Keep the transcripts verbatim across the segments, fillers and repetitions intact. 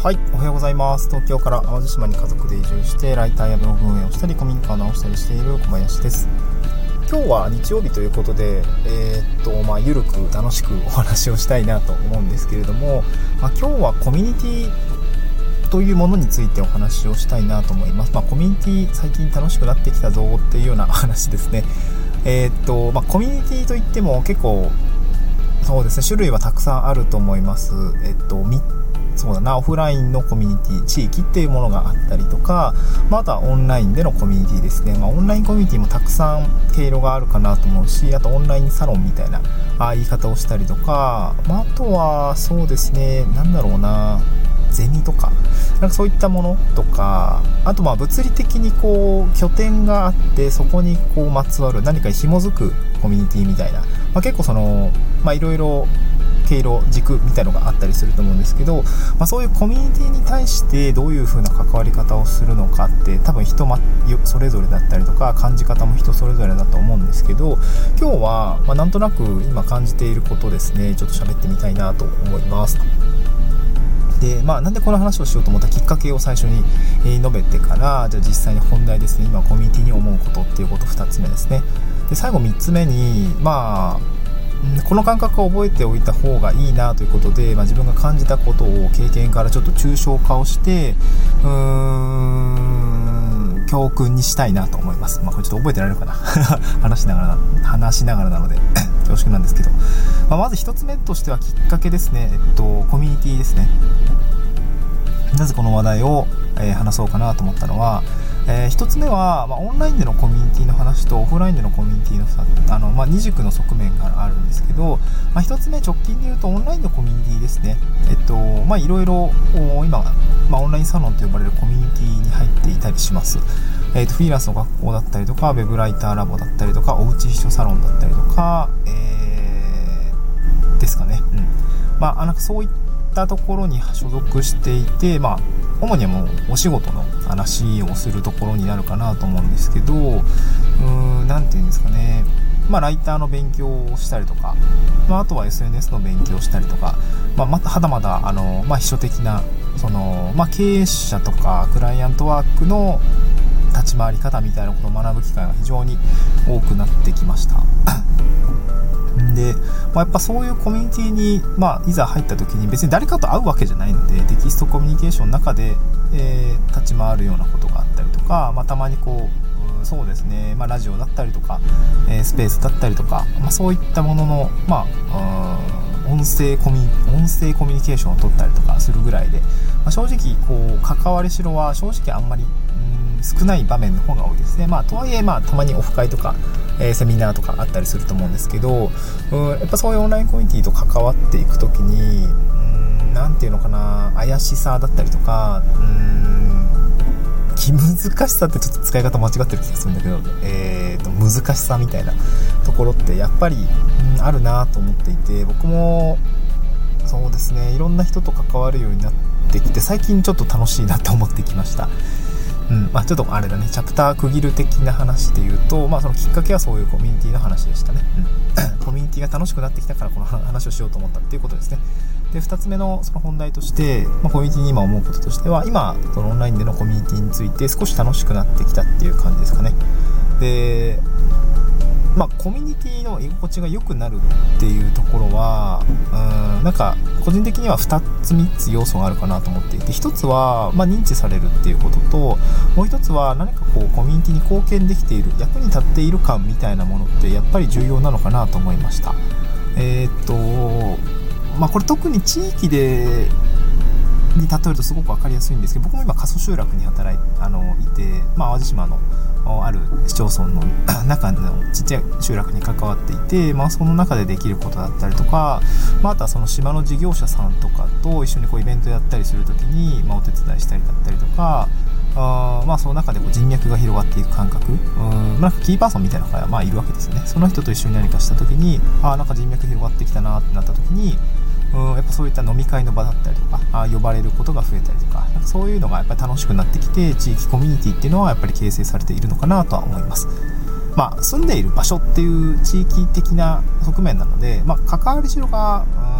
はい、おはようございます。東京から淡路島に家族で移住してライターやブログ運営をしたり古民家を直したりしている小林です。今日は日曜日ということで、えー、っとまあゆるく楽しくお話をしたいなと思うんですけれども、まあ、今日はコミュニティというものについてお話をしたいなと思います。まあ、コミュニティ最近楽しくなってきたぞっていうような話ですね。えー、っとまあコミュニティといっても結構そうですね、種類はたくさんあると思います。えっとみそうだなオフラインのコミュニティ地域っていうものがあったりとか、まあ、あとはオンラインでのコミュニティですね。まあ、オンラインコミュニティもたくさん経路があるかなと思うし、あとオンラインサロンみたいなあ言い方をしたりとか、まあ、あとはそうですね、なんだろうなゼミとかなんかそういったものとか、あとまあ物理的にこう拠点があってそこにこうまつわる何かに紐づくコミュニティみたいな、まあ、結構そのまあいろいろ経路軸みたいのがあったりすると思うんですけど、まあ、そういうコミュニティに対してどういう風な関わり方をするのかって多分人それぞれだったりとか感じ方も人それぞれだと思うんですけど、今日はまあなんとなく今感じていることですね、ちょっと喋ってみたいなと思います。でまあ、なんでこの話をしようと思ったきっかけを最初に述べてから、じゃあ実際に本題ですね。今コミュニティに思うことっていうことふたつめですね。で最後みっつめにまあこの感覚を覚えておいた方がいいなということで、まあ、自分が感じたことを経験からちょっと抽象化をしてうーん教訓にしたいなと思います。まあ、これちょっと覚えてられるかな話しながら話しながらなので恐縮なんですけど、まあ、まず一つ目としてはきっかけですね。えっとコミュニティですね。なぜこの話題を、えー、話そうかなと思ったのは、えー、一つ目は、まあ、オンラインでのコミュニティの話とオフラインでのコミュニティのあの、まあ、二軸の側面があるんですけど、まあ、一つ目直近で言うとオンラインのコミュニティですね。えっとまあいろいろ今、まあ、オンラインサロンと呼ばれるコミュニティに入っていたりします。えっとフリーランスの学校だったりとかウェブライターラボだったりとかおうち秘書サロンだったりとか、えー、ですかね。うんまあ、なんかそういったところに所属していて、まあ主にはもうお仕事の話をするところになるかなと思うんですけど、うーんなんていうんですかね、まあライターの勉強をしたりとか、まあ、あとは エスエヌエス の勉強をしたりとか、まあ、まだまだあの、まあ、秘書的なその、まあ、経営者とかクライアントワークの立ち回り方みたいなことを学ぶ機会が非常に多くなってきましたで、まあ、やっぱそういうコミュニティに、まあ、いざ入った時に別に誰かと会うわけじゃないので、テキストコミュニケーションの中で、えー、立ち回るようなことがあったりとか、まあ、たまにこうそうですね、まあ、ラジオだったりとか、えー、スペースだったりとか、まあ、そういったものの、まあ、音声コミュ、音声コミュニケーションを取ったりとかするぐらいで、まあ、正直こう関わりしろは正直あんまりうん少ない場面の方が多いですね。まあ、とはいえ、まあ、たまにオフ会とか、えー、セミナーとかあったりすると思うんですけど、うんやっぱそういうオンラインコミュニティと関わっていくときにうんなんていうのかな怪しさだったりとかうん気難しさってちょっと使い方間違ってる気がするんだけど、えー、と難しさみたいなところってやっぱりうんあるなと思っていて、僕もそうですねいろんな人と関わるようになってきて最近ちょっと楽しいなと思ってきました。うんまあ、ちょっとあれだねチャプター区切る的な話で言うと、まあ、そのきっかけはそういうコミュニティの話でしたね、うん、コミュニティが楽しくなってきたからこの話をしようと思ったっていうことですね。でふたつめのその本題として、まあ、コミュニティに今思うこととしては、今そのオンラインでのコミュニティについて少し楽しくなってきたっていう感じですかね。でまあ、コミュニティの居心地が良くなるっていうところはうんなんか個人的にはふたつみっつ要素があるかなと思っていて、ひとつは、まあ、認知されるっていうことと、もうひとつは何かこうコミュニティに貢献できている役に立っている感みたいなものってやっぱり重要なのかなと思いました。えー、っとまあこれ特に地域でに例えるとすごく分かりやすいんですけど、僕も今過疎集落に働いあのいて、まあ、淡路島のある市町村の中のちっちゃい集落に関わっていて、まあ、その中でできることだったりとか、まあ、あとはその島の事業者さんとかと一緒にこうイベントやったりするときに、まあ、お手伝いしたりだったりとか、あまあその中でこう人脈が広がっていく感覚、うんなんかキーパーソンみたいなのがまあいるわけですよね。その人と一緒に何かしたときに、あなんか人脈広がってきたなってなったときに、うんやっぱそういった飲み会の場だったりとか、あ呼ばれることが増えたりとか、なんかそういうのがやっぱり楽しくなってきて、地域コミュニティっていうのはやっぱり形成されているのかなとは思います。まあ、住んでいる場所っていう地域的な側面なので、まあ、関わりしろが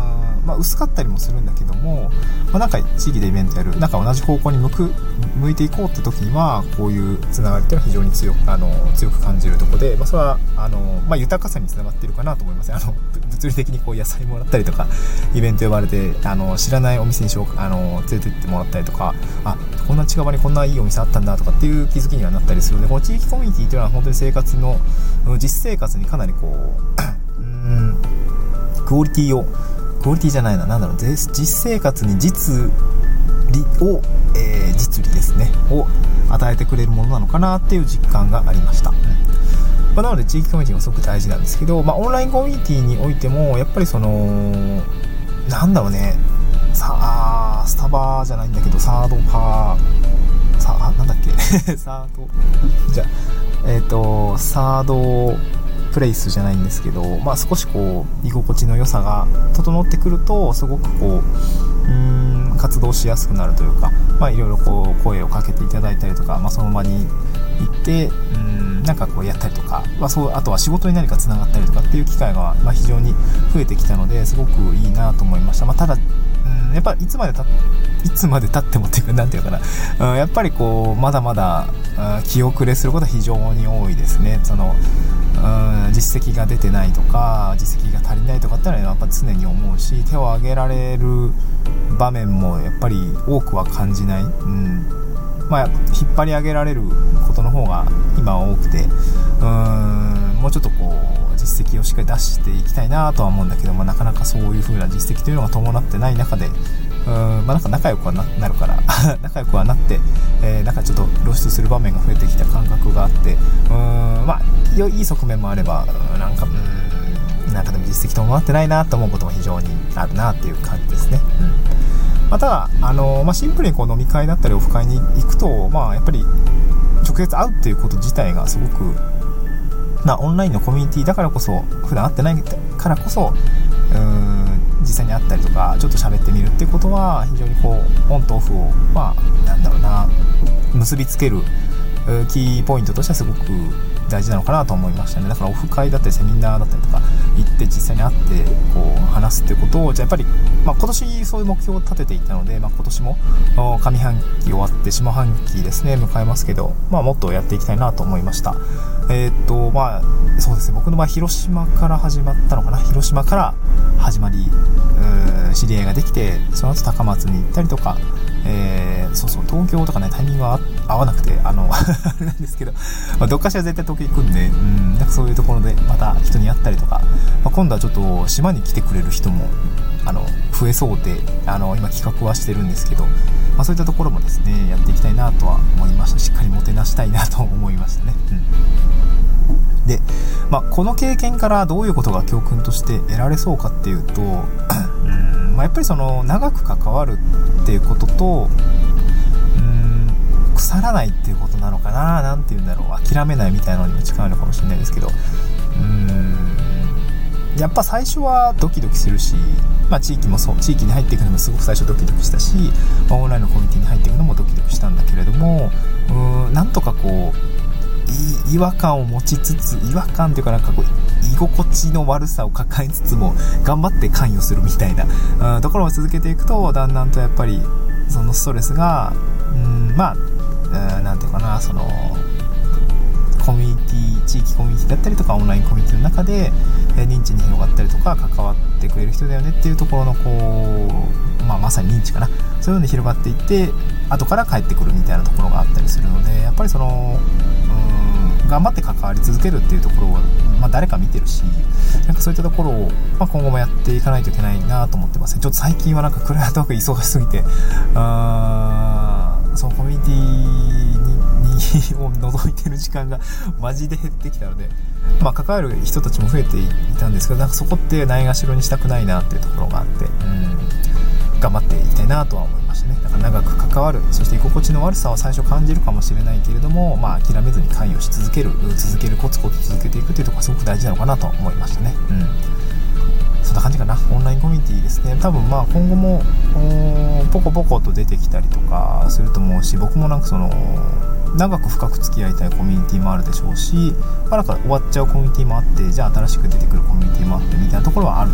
まあ、薄かったりもするんだけども、まあ、なんか地域でイベントやる、なんか同じ方向に向く向いていこうって時にはこういうつながりっていうのは非常に強くあの強く感じるところで、まあ、それはあの、まあ、豊かさにつながっているかなと思います。あの物理的にこう野菜もらったりとか、イベント呼ばれてあの知らないお店にしょあの連れてってもらったりとか、あ、こんな近場にこんないいお店あったんだとかっていう気づきにはなったりするので、この地域コミュニティというのは本当に生活の実生活にかなりこううーんクオリティをクオリティじゃないな、なんだろう、実生活に実利を、えー、実利ですねを与えてくれるものなのかなっていう実感がありました。うんまあ、なので地域コミュニティがすごく大事なんですけど、まあ、オンラインコミュニティにおいてもやっぱりそのなんだろうね、さあスタバじゃないんだけどサードパーさあなんだっけサードじゃえっ、ー、とサードプレイスじゃないんですけど、まあ、少しこう居心地の良さが整ってくるとすごくこう、うーん活動しやすくなるというか、まあ、いろいろこう声をかけていただいたりとか、まあ、その場に行ってうーんなんかこうやったりとか、まあ、そうあとは仕事に何かつながったりとかっていう機会がまあ非常に増えてきたのですごくいいなと思いました。まあ、ただうんやっぱりいつまでたいつまで経ってもっていうかなんていうかな、うん、やっぱりこうまだまだ、うん、気遅れすることは非常に多いですね。そのうん実績が出てないとか実績が足りないとかってのはやっぱ常に思うし、手を挙げられる場面もやっぱり多くは感じない、うんまあ、引っ張り上げられることの方が今は多くて、うーんもうちょっとこう実績をしっかり出していきたいなとは思うんだけど、まあ、なかなかそういう風な実績というのが伴ってない中で、うーん、まあ、なんか仲良くは な, なるから仲良くはなって、えー、なんかちょっと露出する場面が増えてきた感覚があって、うーんまあいい側面もあればなんかうーんなんかでも実績伴ってないなと思うことも非常にあるなっていう感じですね。うんまあ、ただ、あのーまあ、シンプルにこう飲み会だったりオフ会に行くと、まあ、やっぱり直接会うっていうこと自体がすごく、まあ、オンラインのコミュニティだからこそ普段会ってないからこそ、うーん実際に会ったりとかちょっと喋ってみるっていうことは非常にこうオンとオフを、まあ、なんだろうな結びつけるキーポイントとしてはすごく大事なのかなと思いましたね。だからオフ会だったりセミナーだったりとか行って実際に会ってこう話すってことをじゃあやっぱり、まあ、今年そういう目標を立てていったので、まあ、今年も上半期終わって下半期ですね迎えますけど、まあ、もっとやっていきたいなと思いました。えー、っとまあそうですね、僕の場合広島から始まったのかな。広島から始まり知り合いができて、その後高松に行ったりとか、えー、そうそう東京とかねタイミングが合わなくてあのあれなんですけど、まあ、どっかしら絶対東京行くんで、うんなんかそういうところでまた人に会ったりとか、まあ、今度はちょっと島に来てくれる人もあの増えそうであの今企画はしてるんですけど、まあ、そういったところもですねやっていきたいなとは思いました。しっかりもてなしたいなと思いましたね。うんで、まあ、この経験からどういうことが教訓として得られそうかっていうと、うんまあ、やっぱりその長く関わるっていうことと、うーん腐らないっていうことなのかな、なんていうんだろう、諦めないみたいなのにも近いのかもしれないですけど、うーんやっぱ最初はドキドキするし、まあ、地域もそう地域に入っていくのもすごく最初ドキドキしたし、まあ、オンラインのコミュニティに入っていくのもドキドキしたんだけれども、うーんなんとかこう違和感を持ちつつ違和感というかなんかこう居心地の悪さを抱えつつも頑張って関与するみたいな、うん、ところを続けていくとだんだんとやっぱりそのストレスがうんまあ、うん、なんていうかなそのコミュニティ地域コミュニティだったりとかオンラインコミュニティの中で認知に広がったりとか関わってくれる人だよねっていうところのこう、まあ、まさに認知かな、そういうので広がっていって後から帰ってくるみたいなところがあったりするので、やっぱりそのうん頑張って関わり続けるっていうところを、まあ、誰か見てるし、なんかそういったところを、まあ、今後もやっていかないといけないなと思ってますね。ちょっと最近はなんかクライアントワーク忙しすぎてあそのコミュニティにを覗いてる時間がマジで減ってきたので、まあ、関わる人たちも増えていたんですけど、なんかそこってないがしろにしたくないなっていうところがあって、うん頑張っていきたいなとは思いましたね。だから長く関わる、そして居心地の悪さを最初感じるかもしれないけれども、まあ、諦めずに関与し続ける続けるコツコツ続けていくというところがすごく大事なのかなと思いましたね。うんそんな感じかな。オンラインコミュニティですね。多分まあ今後もポコポコと出てきたりとかすると思うし、僕もなんかその長く深く付き合いたいコミュニティもあるでしょうし、まあ、なんか終わっちゃうコミュニティもあって、じゃあ新しく出てくるコミュニティもあってみたいなところはあるかと思うし、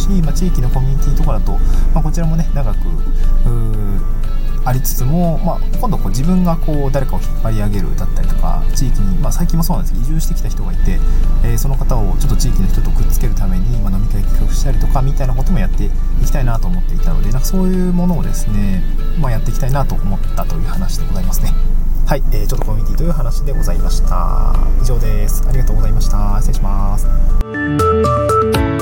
し、まあ、地域のコミュニティとかだと、まあ、こちらもね長くありつつも、まあ、今度こう自分がこう誰かを引っ張り上げるだったりとか、地域に、まあ、最近もそうなんですけど移住してきた人がいて、えー、その方をちょっと地域の人とくっつけるために、まあ、飲み会企画したりとかみたいなこともやっていきたいなと思っていたので、なんかそういうものをですね、まあ、やっていきたいなと思ったという話でございますね。はい、えー、ちょっとコミュニティという話でございました。以上です。ありがとうございました。失礼します。